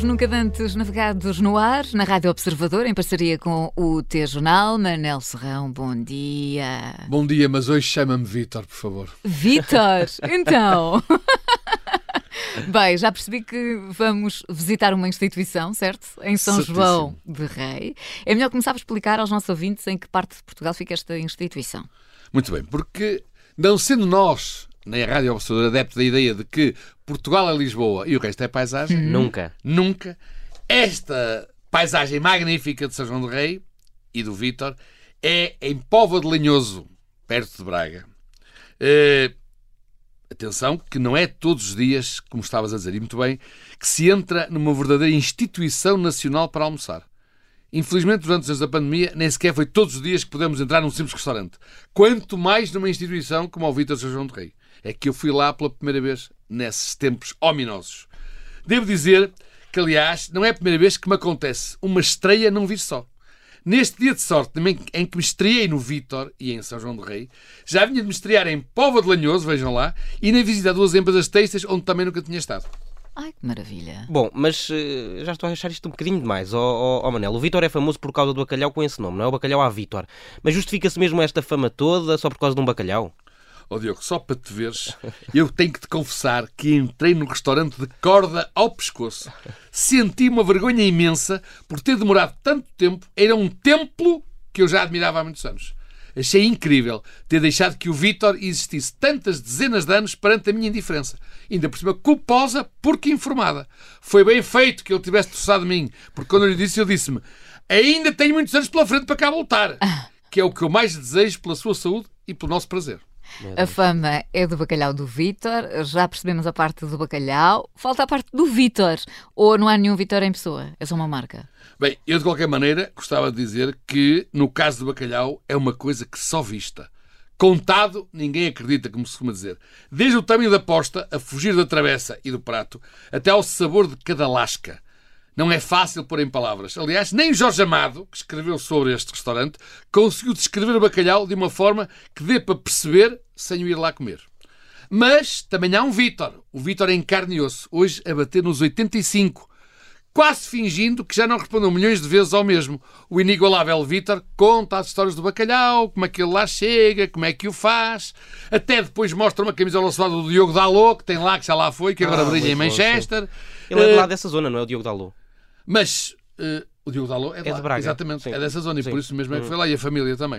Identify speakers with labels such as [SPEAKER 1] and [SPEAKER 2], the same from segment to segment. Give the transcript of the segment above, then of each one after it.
[SPEAKER 1] nunca antes navegados no ar, na Rádio Observador, em parceria com o T-Jornal. Manel Serrão, bom dia.
[SPEAKER 2] Bom dia, mas hoje chama-me Vítor, por favor.
[SPEAKER 1] Vítor, então... Bem, já percebi que vamos visitar uma instituição, certo? Em São
[SPEAKER 2] Certíssimo.
[SPEAKER 1] João de Rei. É melhor começar a explicar aos nossos ouvintes em que parte de Portugal fica esta instituição.
[SPEAKER 2] Muito bem, porque não sendo nós, na Rádio Observador, adeptos da ideia de que Portugal é Lisboa e o resto é paisagem, nunca, esta paisagem magnífica de São João de Rei e do Vítor é em Póvoa de Lanhoso, perto de Braga. Atenção, que não é todos os dias, como estavas a dizer, e muito bem, que se entra numa verdadeira instituição nacional para almoçar. Infelizmente, durante os anos da pandemia, nem sequer foi todos os dias que podemos entrar num simples restaurante. Quanto mais numa instituição como o Vítor São João de Rei. É que eu fui lá pela primeira vez nesses tempos ominosos. Devo dizer que, aliás, não é a primeira vez que me acontece uma estreia num vir só. Neste dia de sorte em que me estreiei no Vítor e em São João do Rei, já vinha de me estrear em Póvoa de Lanhoso, vejam lá, e na visita a duas empresas têxteis onde também nunca tinha estado.
[SPEAKER 1] Ai, que maravilha.
[SPEAKER 3] Bom, mas já estou a achar isto um bocadinho demais. Manel, o Vítor é famoso por causa do bacalhau com esse nome, não é? O bacalhau à Vítor. Mas justifica-se mesmo esta fama toda só por causa de um bacalhau?
[SPEAKER 2] Ó Diogo, só para te veres, eu tenho que te confessar que entrei num restaurante de corda ao pescoço. Senti uma vergonha imensa por ter demorado tanto tempo. Era um templo que eu já admirava há muitos anos. Achei incrível ter deixado que o Vítor existisse tantas dezenas de anos perante a minha indiferença. Ainda por cima culposa porque informada. Foi bem feito que ele tivesse troçado de mim, porque quando eu lhe disse, ele disse-me: ainda tenho muitos anos pela frente para cá voltar. Que é o que eu mais desejo pela sua saúde e pelo nosso prazer.
[SPEAKER 1] A fama é do bacalhau do Vítor, já percebemos a parte do bacalhau, falta a parte do Vítor. Ou não há nenhum Vítor em pessoa? É só uma marca?
[SPEAKER 2] Bem, eu de qualquer maneira gostava de dizer que no caso do bacalhau é uma coisa que só vista. Contado, ninguém acredita, como se costuma dizer. Desde o tamanho da posta, a fugir da travessa e do prato, até ao sabor de cada lasca. Não é fácil pôr em palavras. Aliás, nem Jorge Amado, que escreveu sobre este restaurante, conseguiu descrever o bacalhau de uma forma que dê para perceber sem o ir lá comer. Mas também há um Vítor. O Vítor em carne e osso, hoje a bater nos 85. Quase fingindo que já não respondeu milhões de vezes ao mesmo. O inigualável Vítor conta as histórias do bacalhau, como é que ele lá chega, como é que o faz. Até depois mostra uma camisola suada do Diogo Dalot, que tem lá, que já lá foi, que agora brilha em Manchester.
[SPEAKER 3] Ele é de lá dessa zona, não é o Diogo Dalot?
[SPEAKER 2] Mas o Diogo Dalot é de lá,
[SPEAKER 3] de Braga.
[SPEAKER 2] exatamente,
[SPEAKER 3] Sim.
[SPEAKER 2] é dessa zona,
[SPEAKER 3] Sim.
[SPEAKER 2] e por isso mesmo é que foi lá, e a família também.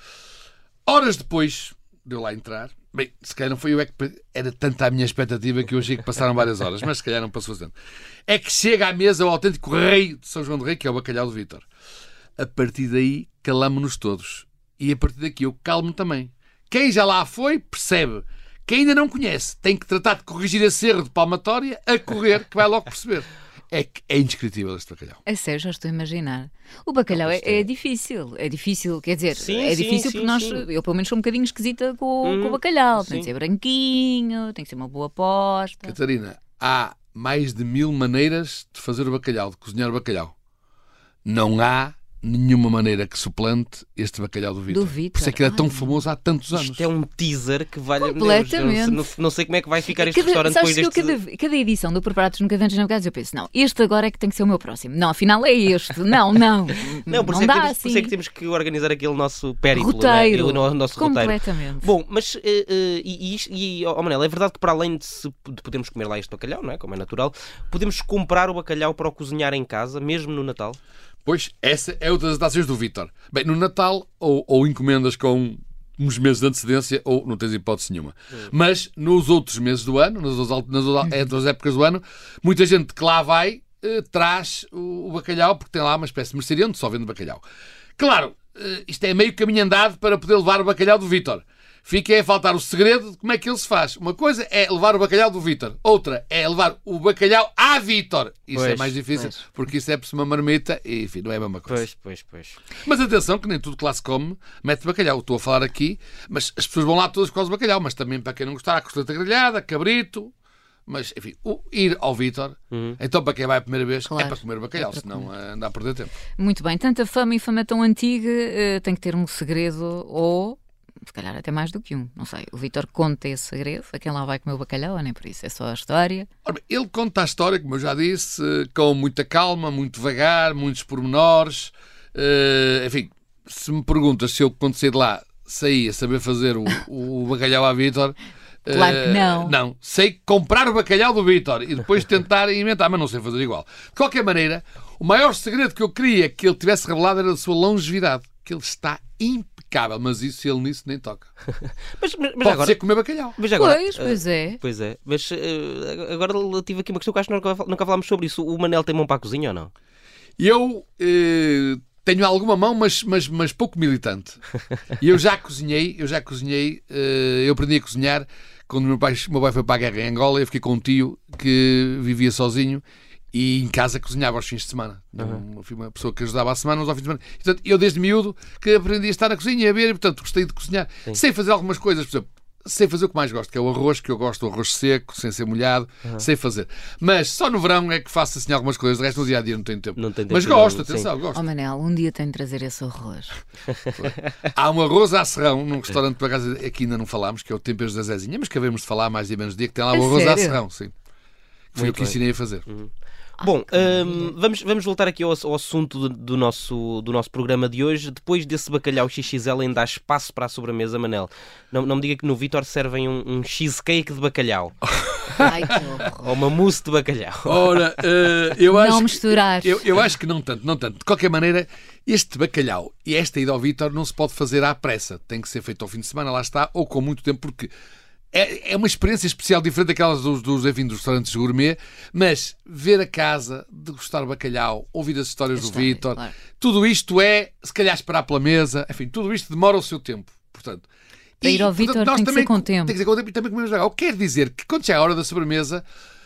[SPEAKER 2] Horas depois de eu lá entrar, bem, se calhar não foi eu, é que era tanta a minha expectativa que eu achei que passaram várias horas, mas se calhar não passou tanto. É que chega à mesa o autêntico rei de São João do Rei, que é o bacalhau do Vítor. A partir daí, calamo-nos todos. E a partir daqui eu calmo também. Quem já lá foi, percebe. Quem ainda não conhece, tem que tratar de corrigir esse erro de palmatória a correr, que vai logo perceber. É que é indescritível este bacalhau.
[SPEAKER 1] A sério, já estou a imaginar. O bacalhau é difícil. É difícil, quer dizer,
[SPEAKER 3] Sim,
[SPEAKER 1] difícil
[SPEAKER 3] sim,
[SPEAKER 1] porque nós,
[SPEAKER 3] sim.
[SPEAKER 1] eu pelo menos sou um bocadinho esquisita com o bacalhau. Tem
[SPEAKER 3] sim.
[SPEAKER 1] que ser branquinho, tem que ser uma boa posta.
[SPEAKER 2] Catarina, há mais de 1000 maneiras de fazer o bacalhau, de cozinhar o bacalhau. Não há nenhuma maneira que suplante este bacalhau do Vítor. Por isso é que ele é tão famoso há tantos anos.
[SPEAKER 3] Isto é um teaser que vale...
[SPEAKER 1] Completamente.
[SPEAKER 3] Não sei como é que vai ficar este restaurante depois
[SPEAKER 1] sabes
[SPEAKER 3] deste...
[SPEAKER 1] que eu cada edição do Preparados Nunca Antes Navegados eu penso, não, este agora é que tem que ser o meu próximo. Não, afinal é este. Não
[SPEAKER 3] Por isso
[SPEAKER 1] dá
[SPEAKER 3] é
[SPEAKER 1] assim.
[SPEAKER 3] que temos que organizar aquele nosso périplo,
[SPEAKER 1] Roteiro.
[SPEAKER 3] né? O nosso roteiro.
[SPEAKER 1] Completamente.
[SPEAKER 3] Bom, mas, Manel, é verdade que para além de podermos comer lá este bacalhau, não é? Como é natural, podemos comprar o bacalhau para o cozinhar em casa, mesmo no Natal?
[SPEAKER 2] Pois, essa é outra das atrações do Vítor. Bem, no Natal, ou encomendas com uns meses de antecedência, ou não tens hipótese nenhuma. Mas nos outros meses do ano, nas outras épocas do ano, muita gente que lá vai traz o bacalhau, porque tem lá uma espécie de mercearia onde só vende bacalhau. Claro, isto é meio caminho andado para poder levar o bacalhau do Vítor. Fica a faltar o segredo de como é que ele se faz. Uma coisa é levar o bacalhau do Vítor. Outra é levar o bacalhau à Vítor. Isso é mais difícil, porque isso é por uma marmita e, enfim, não é a mesma coisa.
[SPEAKER 3] Pois.
[SPEAKER 2] Mas atenção que nem tudo que lá se come mete bacalhau. Estou a falar aqui, mas as pessoas vão lá todas por causa do bacalhau. Mas também, para quem não gostar, a costeleta grelhada, cabrito... Mas, enfim, ir ao Vítor, então para quem vai a primeira vez,
[SPEAKER 1] Claro,
[SPEAKER 2] é para comer bacalhau, senão anda a perder tempo.
[SPEAKER 1] Muito bem, tanta fama e fama tão antiga tem que ter um segredo ou se calhar até mais do que um, não sei. O Vítor conta esse segredo, a quem lá vai comer o bacalhau, ou nem por isso, é só a história.
[SPEAKER 2] Ora bem, ele conta a história, como eu já disse, com muita calma, muito devagar, muitos pormenores. Enfim, se me perguntas se eu, quando saí de lá, saí a saber fazer o bacalhau à Vítor...
[SPEAKER 1] Claro que não.
[SPEAKER 2] Não, sei comprar o bacalhau do Vítor e depois tentar inventar, mas não sei fazer igual. De qualquer maneira, o maior segredo que eu queria que ele tivesse revelado era a sua longevidade, que ele está impecável, mas isso ele nisso nem toca.
[SPEAKER 3] Mas
[SPEAKER 2] Pode
[SPEAKER 3] agora...
[SPEAKER 2] ser comer bacalhau.
[SPEAKER 3] Mas agora,
[SPEAKER 1] Pois é.
[SPEAKER 3] Pois é, mas agora tive aqui uma questão que acho que nunca falámos sobre isso. O Manel tem mão para a cozinha ou não?
[SPEAKER 2] Eu tenho alguma mão, mas pouco militante. E eu já cozinhei, eu aprendi a cozinhar quando o meu pai foi para a guerra em Angola. Eu fiquei com um tio que vivia sozinho e em casa cozinhava aos fins de semana. Fui uma pessoa que ajudava à semana, mas ao fim de semana. E, portanto, eu desde miúdo que aprendi a estar na cozinha e a ver, e portanto gostei de cozinhar.
[SPEAKER 3] Sim.
[SPEAKER 2] Sei fazer algumas coisas, por exemplo, sei fazer o que mais gosto, que é o arroz, que eu gosto do arroz seco, sem ser molhado, sei fazer. Mas só no verão é que faço assim algumas coisas, o resto no dia-a-dia não tenho tempo.
[SPEAKER 3] Não tem tempo,
[SPEAKER 2] Mas gosto,
[SPEAKER 3] não,
[SPEAKER 2] atenção, gosto.
[SPEAKER 1] Oh Manel, um dia tenho de trazer esse arroz.
[SPEAKER 2] Há um arroz à serrão, num restaurante, por acaso, aqui ainda não falámos, que é o Temperos da Zezinha, mas que havemos de falar mais e menos dia, que tem lá o
[SPEAKER 1] A
[SPEAKER 2] arroz à
[SPEAKER 1] sério?
[SPEAKER 2] serrão, sim. Foi eu que ensinei a fazer.
[SPEAKER 3] Bom, vamos voltar aqui ao assunto do nosso programa de hoje. Depois desse bacalhau XXL ainda há espaço para a sobremesa, Manel. Não me diga que no Vítor servem um cheesecake de bacalhau.
[SPEAKER 1] Ai, que horror.
[SPEAKER 3] Ou uma mousse de bacalhau.
[SPEAKER 2] Ora, eu acho
[SPEAKER 1] Não misturar.
[SPEAKER 2] Eu acho que não tanto. De qualquer maneira, este bacalhau e esta ida ao Vítor não se pode fazer à pressa. Tem que ser feito ao fim de semana, lá está, ou com muito tempo, porque é uma experiência especial, diferente daquelas dos restaurantes gourmet, mas ver a casa, degustar o bacalhau, ouvir as histórias do Vítor,
[SPEAKER 1] claro.
[SPEAKER 2] tudo isto é, se calhar, esperar pela mesa, enfim, tudo isto demora o seu tempo. Portanto,
[SPEAKER 1] Para ir ao Vítor
[SPEAKER 2] nós
[SPEAKER 1] tem que ser com tempo.
[SPEAKER 2] Tem que ser com tempo e também comemos bacalhau. Quer dizer que quando chega a hora da sobremesa,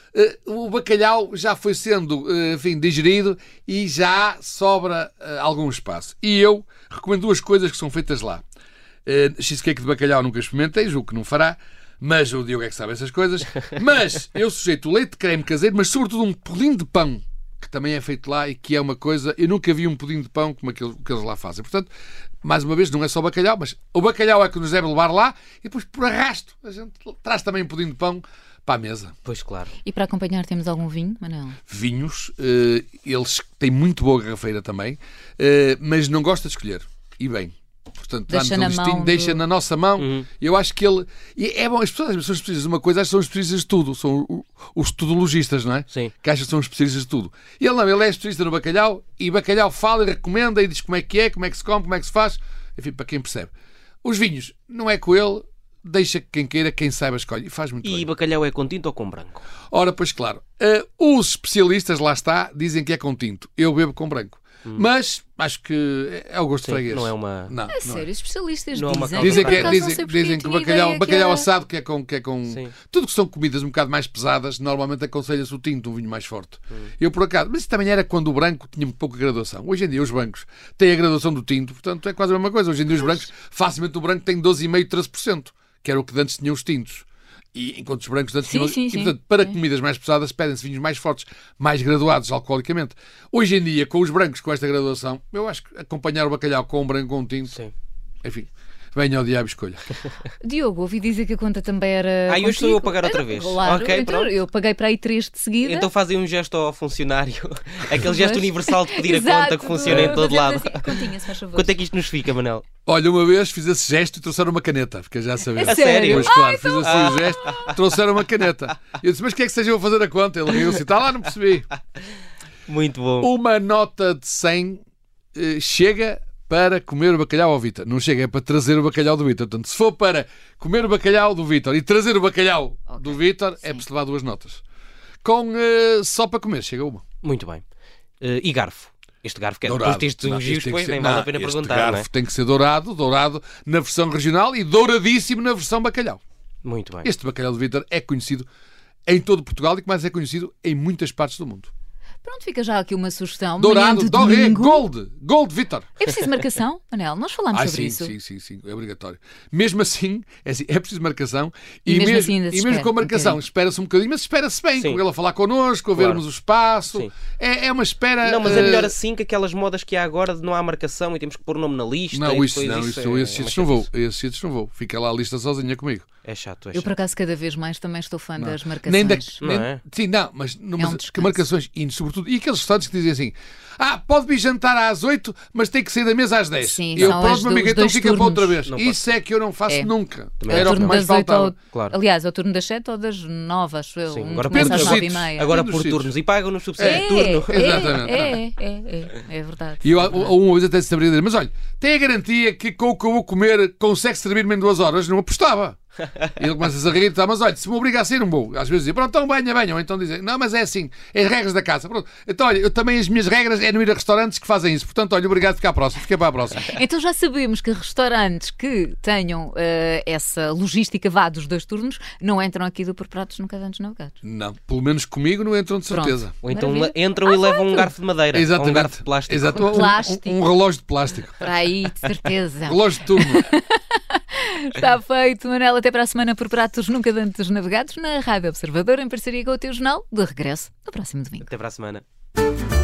[SPEAKER 2] o bacalhau já foi sendo digerido e já sobra algum espaço. E eu recomendo duas coisas que são feitas lá. Cheesecake de bacalhau nunca experimentei, julgo que não fará, mas o Diogo é que sabe essas coisas. Mas eu sujeito o leite de creme caseiro, mas sobretudo um pudim de pão, que também é feito lá e que é uma coisa... Eu nunca vi um pudim de pão como aquele que eles lá fazem. Portanto, mais uma vez, não é só bacalhau, mas o bacalhau é que nos deve levar lá e depois, por arrasto, a gente traz também um pudim de pão para a mesa.
[SPEAKER 3] Pois claro.
[SPEAKER 1] E para acompanhar temos algum vinho, Manel?
[SPEAKER 2] Vinhos, eles têm muito boa garrafeira também, mas não gosta de escolher. E bem... Portanto,
[SPEAKER 1] Deixa na mão
[SPEAKER 2] deixa na nossa mão. Eu acho que ele... E é bom, as pessoas são especialistas de uma coisa, acho que são especialistas de tudo. São os tudologistas, não é?
[SPEAKER 3] Sim.
[SPEAKER 2] Que acham que são especialistas de tudo. E ele não, ele é especialista no bacalhau e bacalhau fala e recomenda e diz como é que se come, como é que se faz. Enfim, para quem percebe. Os vinhos, não é com ele, deixa quem queira, quem saiba escolhe. E faz muito bem.
[SPEAKER 3] E bacalhau é com tinto ou com branco?
[SPEAKER 2] Ora, pois claro. Os especialistas, lá está, dizem que é com tinto. Eu bebo com branco. Mas acho que é o gosto de freguês.
[SPEAKER 3] Não é uma...
[SPEAKER 2] Não,
[SPEAKER 1] É sério, os especialistas
[SPEAKER 3] Não é uma
[SPEAKER 1] dizem.
[SPEAKER 3] causa.
[SPEAKER 2] Dizem que o bacalhau assado que é com
[SPEAKER 3] Sim.
[SPEAKER 2] tudo que são comidas um bocado mais pesadas, normalmente aconselha-se o tinto, um vinho mais forte. Eu por acaso, mas isso também era quando o branco tinha muito pouca graduação. Hoje em dia os brancos têm a graduação do tinto, portanto é quase a mesma coisa. Hoje em dia os brancos, facilmente o branco tem 12,5%, 13%, que era o que antes tinham os tintos. E enquanto os brancos antes tinham...
[SPEAKER 1] Sim.
[SPEAKER 2] E, portanto, para comidas mais pesadas pedem-se vinhos mais fortes, mais graduados alcoolicamente. Hoje em dia, com os brancos com esta graduação, eu acho que acompanhar o bacalhau com um branco com um tinto,
[SPEAKER 3] Sim.
[SPEAKER 2] enfim, venha ao diabo escolha.
[SPEAKER 1] Diogo, ouvi dizer que a conta também era.
[SPEAKER 3] Hoje sou eu a pagar outra vez.
[SPEAKER 1] Claro,
[SPEAKER 3] Ok,
[SPEAKER 1] então,
[SPEAKER 3] pronto.
[SPEAKER 1] eu paguei para aí 3 de seguida.
[SPEAKER 3] Então fazem um gesto ao funcionário, aquele gesto universal de pedir a
[SPEAKER 1] Exato,
[SPEAKER 3] conta que funciona em todo lado.
[SPEAKER 1] Assim, continha, se faz favor.
[SPEAKER 3] Quanto é que isto nos fica, Manel?
[SPEAKER 2] Olha, uma vez fiz esse gesto e trouxeram uma caneta, fiquei já a saber.
[SPEAKER 1] A sério?
[SPEAKER 2] Pois claro, fiz assim o gesto, trouxeram uma caneta. Eu disse, mas quem é que seja eu a fazer a conta? Ele riu-se e está lá, não percebi.
[SPEAKER 3] Muito bom.
[SPEAKER 2] Uma nota de 100 chega para comer o bacalhau ao Vítor. Não chega, é para trazer o bacalhau do Vítor. Portanto, se for para comer o bacalhau do Vítor e trazer o bacalhau do Vítor, é para se levar 2 notas. Com só para comer, chega uma.
[SPEAKER 3] Muito bem. E garfo? Este garfo, que é
[SPEAKER 2] Dourado.
[SPEAKER 3] depois destes
[SPEAKER 2] Não,
[SPEAKER 3] elogios,
[SPEAKER 2] isto tem que
[SPEAKER 3] depois
[SPEAKER 2] ser-
[SPEAKER 3] nem vale
[SPEAKER 2] não,
[SPEAKER 3] a pena
[SPEAKER 2] este
[SPEAKER 3] perguntar,
[SPEAKER 2] garfo
[SPEAKER 3] não é?
[SPEAKER 2] tem que ser dourado na versão regional e douradíssimo na versão bacalhau.
[SPEAKER 3] Muito bem.
[SPEAKER 2] Este bacalhau do Vítor é conhecido em todo Portugal e que mais é conhecido em muitas partes do mundo.
[SPEAKER 1] Pronto, fica já aqui uma sugestão.
[SPEAKER 2] Dourado,
[SPEAKER 1] Manhã de
[SPEAKER 2] Doré,
[SPEAKER 1] domingo.
[SPEAKER 2] Gold, Vitor.
[SPEAKER 1] É preciso marcação, Manel? Nós falámos sobre isso.
[SPEAKER 2] Sim, é obrigatório. Mesmo assim, é preciso marcação
[SPEAKER 1] E mesmo assim ainda se
[SPEAKER 2] e mesmo
[SPEAKER 1] espera
[SPEAKER 2] com a marcação,
[SPEAKER 1] um
[SPEAKER 2] espera-se um bocadinho, mas espera-se bem,
[SPEAKER 3] Sim.
[SPEAKER 2] com ele a falar connosco, a
[SPEAKER 3] Claro.
[SPEAKER 2] vermos o espaço.
[SPEAKER 3] Sim.
[SPEAKER 2] É uma espera.
[SPEAKER 3] Não, mas é melhor assim que aquelas modas que há agora de não há marcação e temos que pôr o nome na lista.
[SPEAKER 2] Não,
[SPEAKER 3] e
[SPEAKER 2] isso
[SPEAKER 3] depois
[SPEAKER 2] não,
[SPEAKER 3] isso
[SPEAKER 2] isso,
[SPEAKER 3] é
[SPEAKER 2] esses
[SPEAKER 3] uma
[SPEAKER 2] sítios não vou.
[SPEAKER 3] chatice.
[SPEAKER 2] Esses sítios não vou. Fica lá a lista sozinha comigo.
[SPEAKER 3] É chato, é
[SPEAKER 1] Eu,
[SPEAKER 3] chato.
[SPEAKER 1] por acaso, cada vez mais também estou fã das marcações.
[SPEAKER 2] Nem da,
[SPEAKER 3] Não
[SPEAKER 2] nem,
[SPEAKER 3] é?
[SPEAKER 2] Sim, não, mas
[SPEAKER 1] um
[SPEAKER 2] que
[SPEAKER 1] descanso.
[SPEAKER 2] marcações, e sobretudo, e aqueles restaurantes que dizem assim: pode vir jantar às 8, mas tem que sair da mesa às 10.
[SPEAKER 1] Sim,
[SPEAKER 2] E eu,
[SPEAKER 1] são
[SPEAKER 2] pronto,
[SPEAKER 1] as
[SPEAKER 2] meu amigo,
[SPEAKER 1] os
[SPEAKER 2] então
[SPEAKER 1] dois
[SPEAKER 2] fica para outra
[SPEAKER 1] turnos.
[SPEAKER 2] vez.
[SPEAKER 3] Não pode
[SPEAKER 2] Isso é que eu não faço
[SPEAKER 1] É.
[SPEAKER 2] nunca.
[SPEAKER 3] Também
[SPEAKER 1] É
[SPEAKER 2] Era
[SPEAKER 1] o
[SPEAKER 2] o que
[SPEAKER 1] turno
[SPEAKER 2] mais
[SPEAKER 1] das 8
[SPEAKER 2] faltava.
[SPEAKER 1] ao...
[SPEAKER 3] Claro.
[SPEAKER 1] Aliás, é o turno das 7 ou das 9, acho eu.
[SPEAKER 3] Sim,
[SPEAKER 1] Um
[SPEAKER 3] agora
[SPEAKER 1] começa
[SPEAKER 2] depende
[SPEAKER 1] às
[SPEAKER 2] dos
[SPEAKER 1] 9h30.
[SPEAKER 3] Agora
[SPEAKER 2] Depende
[SPEAKER 3] por
[SPEAKER 2] dos
[SPEAKER 3] turnos. E pagam-nos subsídio
[SPEAKER 1] É,
[SPEAKER 3] de turno.
[SPEAKER 2] Exatamente.
[SPEAKER 1] é verdade.
[SPEAKER 2] E eu, uma vez até se sabia dizer: mas olha, tem a garantia que com o que eu vou comer consegue servir-me em 2 horas? Não apostava. E ele começa a rir, mas olha, se me obriga a sair, não vou. Às vezes dizia: pronto, então venha. Ou então dizem: não, mas é assim, é as regras da casa. Pronto. Então, olha, eu também as minhas regras é não ir a restaurantes que fazem isso. Portanto, olha, obrigado, fica para a próxima.
[SPEAKER 1] Então já sabemos que restaurantes que tenham essa logística dos 2 turnos não entram aqui do Por Pratos Nunca Antes Navegados.
[SPEAKER 2] Não, pelo menos comigo não entram de
[SPEAKER 1] Pronto.
[SPEAKER 2] certeza.
[SPEAKER 3] Ou então
[SPEAKER 1] Maravilha.
[SPEAKER 3] entram e levam um garfo de madeira. Ou um
[SPEAKER 2] Exatamente.
[SPEAKER 3] garfo de plástico.
[SPEAKER 2] Exato.
[SPEAKER 1] Plástico.
[SPEAKER 2] Um relógio de plástico.
[SPEAKER 1] Para aí, de certeza.
[SPEAKER 2] Relógio de turno.
[SPEAKER 1] Está feito, Manel. Até para a semana Por Pratos Nunca Antes Navegados na Rádio Observador, em parceria com o teu jornal, de regresso no próximo domingo.
[SPEAKER 3] Até para a semana.